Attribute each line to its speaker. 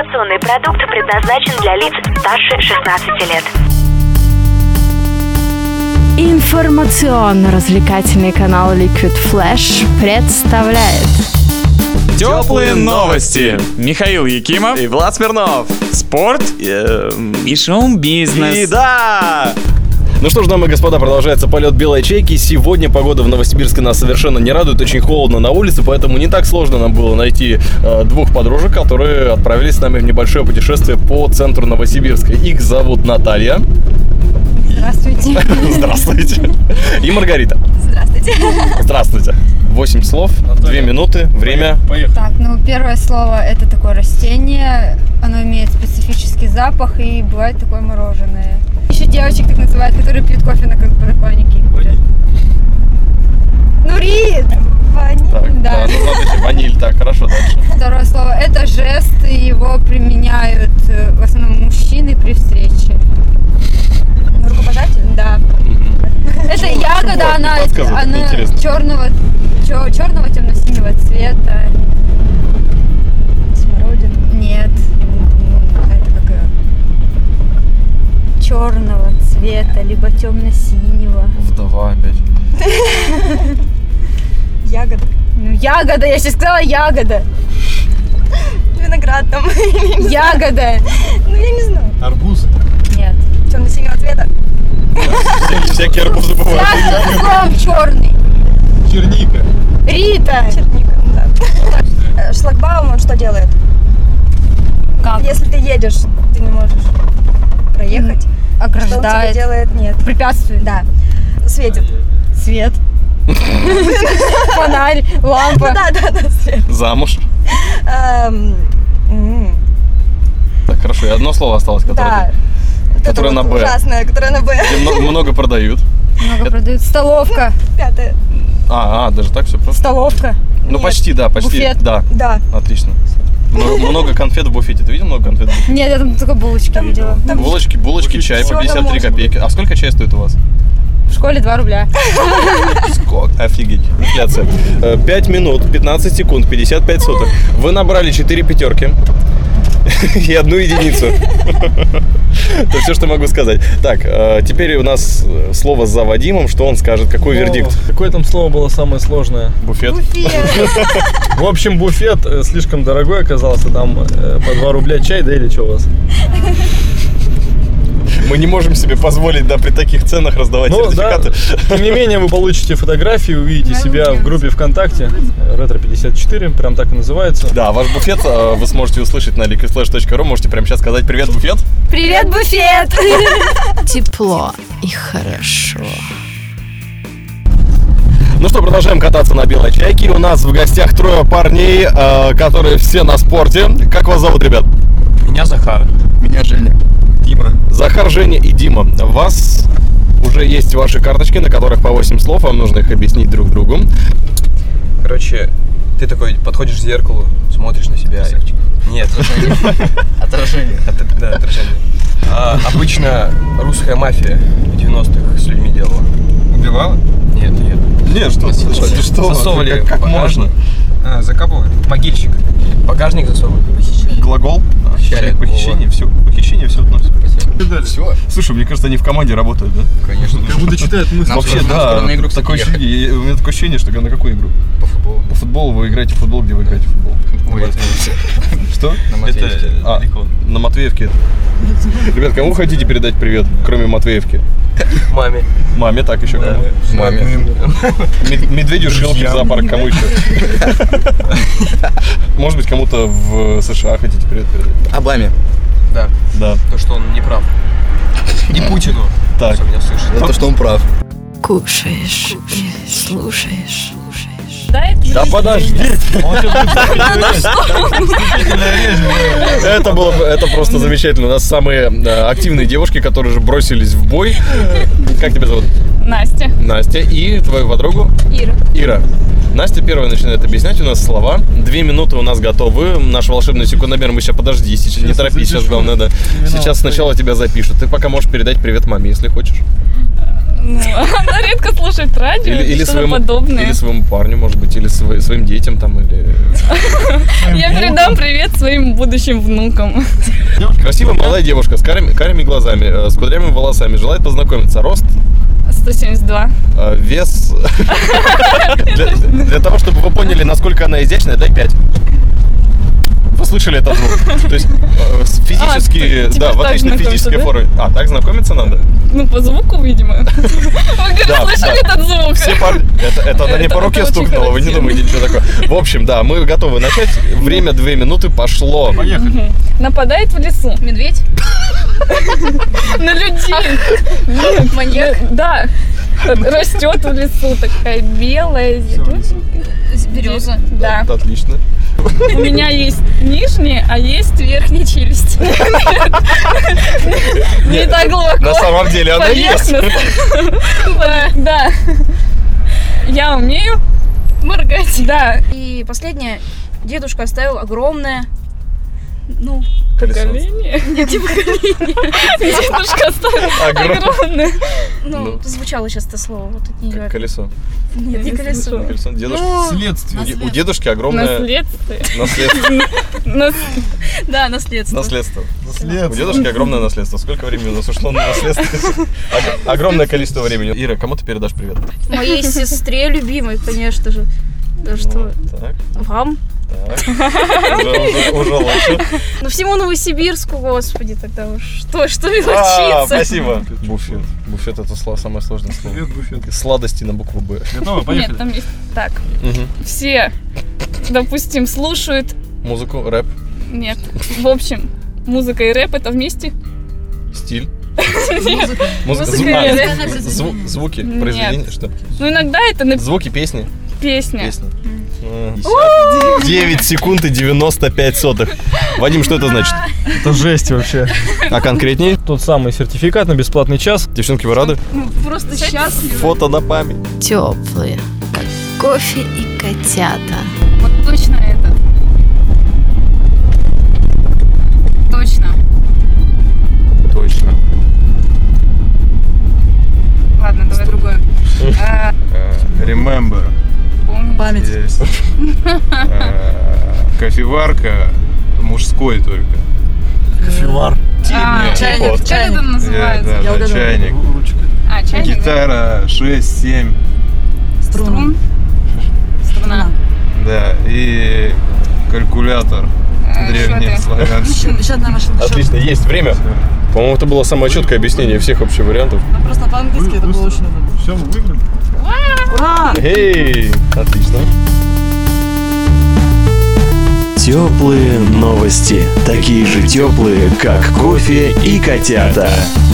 Speaker 1: Информационный продукт предназначен для лиц старше 16 лет.
Speaker 2: Информационно-развлекательный канал Liquid Flash представляет
Speaker 3: Теплые новости. Михаил Якимов
Speaker 4: и Влад Смирнов.
Speaker 3: Спорт и шоу-бизнес.
Speaker 4: И да! Ну что ж, дамы и господа, продолжается полет белой чайки. Сегодня погода в Новосибирске нас совершенно не радует. Очень холодно на улице, поэтому не так сложно нам было найти двух подружек, которые отправились с нами в небольшое путешествие по центру Новосибирска. Их зовут Наталья.
Speaker 5: Здравствуйте.
Speaker 4: Здравствуйте. И Маргарита.
Speaker 5: Здравствуйте.
Speaker 4: Здравствуйте. 8 слов, 2 минуты, время.
Speaker 5: Поехали. Так, первое слово — это такое растение. Оно имеет специфический запах и бывает такое мороженое. Еще девочек так называют, которые пьют кофе на подоконнике. Рит! Ваниль.
Speaker 4: Так,
Speaker 5: да.
Speaker 4: Смотрите, ваниль. Так, хорошо, дальше.
Speaker 5: Второе слово — это жест, и его применяют в основном мужчины при встрече. Рукопожатие? Да. Это ягода, она черного темно-синего цвета. Смородина? Нет. Это какая? Черного цвета, либо темно-синего.
Speaker 4: Вдова опять.
Speaker 5: Ягода. Ягода, я сейчас сказала ягода. Виноград там. Ягода. Я не знаю.
Speaker 6: Арбуз.
Speaker 5: Нет. Темно-синего цвета.
Speaker 4: Всякие арбузы бывают.
Speaker 5: Цветом черный.
Speaker 6: Черника.
Speaker 5: Рита.
Speaker 7: Черника, да. Шлагбаум, он что делает?
Speaker 5: Как?
Speaker 7: Если ты едешь, ты не можешь проехать.
Speaker 5: Ограждает.
Speaker 7: Что он тебе делает? Нет.
Speaker 5: Препятствует.
Speaker 7: Да. Светит.
Speaker 5: Свет. Фонарь, лампа.
Speaker 7: Да, свет.
Speaker 4: Замуж. Так, хорошо, и одно слово осталось, которое на Б.
Speaker 7: Ужасное, которое на Б.
Speaker 4: Где много продают.
Speaker 5: Много продают. Столовка.
Speaker 7: Пятое.
Speaker 4: Даже так все просто.
Speaker 5: Столовка.
Speaker 4: Ну, почти, да, почти.
Speaker 5: Буфет.
Speaker 4: Да. Отлично. Много конфет в буфете. Ты видел много конфет в буфете?
Speaker 5: Нет, я там только булочки видела.
Speaker 4: Булочки, чай по 53 копейки. А сколько чай стоит у вас?
Speaker 5: В школе 2 рубля.
Speaker 4: Сколько? Офигеть. Инфляция. 5 минут, 15 секунд, 55 соток. Вы набрали 4 пятерки и 1 единицу. Это все, что могу сказать. Так, теперь у нас слово за Вадимом. Что он скажет? Какой вердикт?
Speaker 6: Какое там слово было самое сложное?
Speaker 4: Буфет.
Speaker 6: В общем, буфет слишком дорогой оказался. Там по 2 рубля чай, да или что у вас?
Speaker 4: Мы не можем себе позволить, при таких ценах раздавать сертификаты.
Speaker 6: Да. Тем не менее, вы получите фотографии, увидите себя в группе ВКонтакте Ретро54, прям так и называется. Да,
Speaker 4: ваш буфет вы сможете услышать на liquidflash.ru. Можете прямо сейчас сказать: привет, буфет!
Speaker 5: Привет, буфет!
Speaker 2: Тепло и хорошо.
Speaker 4: Ну что, продолжаем кататься на белой чайке. У нас в гостях 3 парней, которые все на спорте. Как вас зовут, ребят?
Speaker 6: Меня Захар.
Speaker 8: Меня Женя.
Speaker 6: Дима.
Speaker 4: Захар, Женя и Дима. У вас уже есть ваши карточки, на которых по 8 слов. Вам нужно их объяснить друг другу.
Speaker 8: Короче, ты такой подходишь к зеркалу, смотришь на себя. Нет. Отражение. Да, отражение. Обычно русская мафия в 90-х с людьми делала.
Speaker 6: Убивала?
Speaker 8: Нет.
Speaker 4: Нет, что?
Speaker 8: Засовывали
Speaker 4: как можно?
Speaker 6: Закапывали? Могильщик.
Speaker 8: Багажник засовывали.
Speaker 4: Глагол? Похищение, все относится.
Speaker 8: Все.
Speaker 4: Слушай, мне кажется, они в команде работают, да?
Speaker 8: Конечно.
Speaker 6: Как будто читают мысли.
Speaker 4: Вообще, да.
Speaker 8: На игру,
Speaker 4: такое ощущение, у меня такое ощущение, что на какую игру?
Speaker 8: По футболу.
Speaker 4: По футболу вы играете в футбол, где вы играете в футбол? Что?
Speaker 8: На Матвеевке.
Speaker 4: На Матвеевке. Ребят, кому хотите передать привет, кроме Матвеевки?
Speaker 8: Маме.
Speaker 4: Маме, так еще кому?
Speaker 8: Маме.
Speaker 4: Медведю Шилке в зоопарк, кому еще? Может быть, кому-то в США хотите привет передать?
Speaker 8: Обаме. Да. То, что он не прав. И Путину.
Speaker 4: Так.
Speaker 8: Кто меня слышит. За то, что он прав.
Speaker 2: Кушаешь и слушаешь.
Speaker 4: Да подожди! Это просто замечательно. У нас самые активные девушки, которые же бросились в бой. Как тебя зовут?
Speaker 5: Настя.
Speaker 4: Настя. И твою подругу? Ира. Настя первая начинает объяснять у нас слова. 2 минуты у нас готовы. Наш волшебный секундомер. Мы сейчас подожди, сейчас не торопись, сейчас главное, да. Сейчас сначала тебя запишут. Ты пока можешь передать привет маме, если хочешь.
Speaker 5: Ну, она редко слушает радио или что-то подобное.
Speaker 4: Или своему парню, может быть, или своим детям там, или...
Speaker 5: Я передам привет своим будущим внукам.
Speaker 4: Красивая молодая девушка с карими глазами, с кудрявыми волосами. Желает познакомиться. Рост?
Speaker 5: 172.
Speaker 4: Вес? Для того, чтобы вы поняли, насколько она изящная, дай 5. Вы слышали этот звук? То есть физически, да, в отличной физической форме. А, так знакомиться надо?
Speaker 5: Ну, по звуку, видимо. Вы слышали этот звук?
Speaker 4: Все парни... Это она не по руке стукнула, вы не думаете ничего такого. В общем, да, мы готовы начать. Время 2 минуты пошло.
Speaker 6: Поехали.
Speaker 5: Нападает в лесу.
Speaker 7: Медведь?
Speaker 5: На людей.
Speaker 7: Маньяк?
Speaker 5: Да. Растет в лесу, такая белая, зелененькая.
Speaker 7: Береза?
Speaker 5: Да.
Speaker 4: Отлично.
Speaker 5: У меня есть нижняя, а есть верхняя челюсть. Не так глубоко.
Speaker 4: На самом деле она есть.
Speaker 5: Да. Я умею моргать. Да.
Speaker 7: И последнее. Дедушка оставил огромное... Ну,
Speaker 5: поколение? Нет, не поколение. Дедушка оставил огромное.
Speaker 7: Ну, звучало сейчас это слово. Вот от нее.
Speaker 4: Колесо.
Speaker 7: Нет, не колесо.
Speaker 6: Следствие.
Speaker 4: У дедушки огромное...
Speaker 5: Наследство. Да, наследство.
Speaker 4: Наследство. У дедушки огромное наследство. Сколько времени у нас ушло на наследство? Огромное количество времени. Ира, кому ты передашь привет?
Speaker 7: Моей сестре любимой, конечно же. Что?
Speaker 4: Так.
Speaker 7: Вам?
Speaker 4: Так. Уже лучше.
Speaker 7: Ну, всему Новосибирску, господи, тогда уж. Что мелочиться?
Speaker 4: Спасибо. Буфет. Буфет — это самое сложное слово.
Speaker 6: Буфет.
Speaker 4: Сладости на букву Б.
Speaker 6: Готово? Поехали.
Speaker 5: Нет, там есть так. Все, допустим, слушают...
Speaker 4: Музыку, рэп.
Speaker 5: Нет. В общем, музыка и рэп — это вместе?
Speaker 4: Стиль.
Speaker 5: Музыка и рэп.
Speaker 4: Звуки, произведения, что?
Speaker 5: Ну, иногда это...
Speaker 4: Звуки, песни.
Speaker 5: Песня.
Speaker 4: 9 секунд и 95 сотых. Вадим, что это значит?
Speaker 6: Это жесть вообще.
Speaker 4: А конкретнее?
Speaker 6: Тот самый сертификат на бесплатный час.
Speaker 4: Девчонки, вы рады?
Speaker 5: Просто счастливы.
Speaker 4: Фото на память.
Speaker 2: Теплые, как кофе и котята.
Speaker 5: Вот точно этот. Точно.
Speaker 4: Точно.
Speaker 5: Ладно, давай другое.
Speaker 9: Remember.
Speaker 5: Память.
Speaker 9: Есть. Кофеварка мужской только.
Speaker 6: Кофевар.
Speaker 5: Чайник. Как это называется?
Speaker 9: Да, чайник.
Speaker 5: Чайник.
Speaker 9: Гитара 6-7.
Speaker 5: Струн. Струна.
Speaker 9: Да, и калькулятор древнеславянский.
Speaker 4: Отлично, есть время. По-моему, это было самое четкое объяснение всех вообще вариантов.
Speaker 10: Просто по-английски это было очень удобно.
Speaker 6: Все, мы выиграли.
Speaker 10: Ура!
Speaker 4: Эй, отлично.
Speaker 11: Теплые новости. Такие же теплые, как кофе и котята.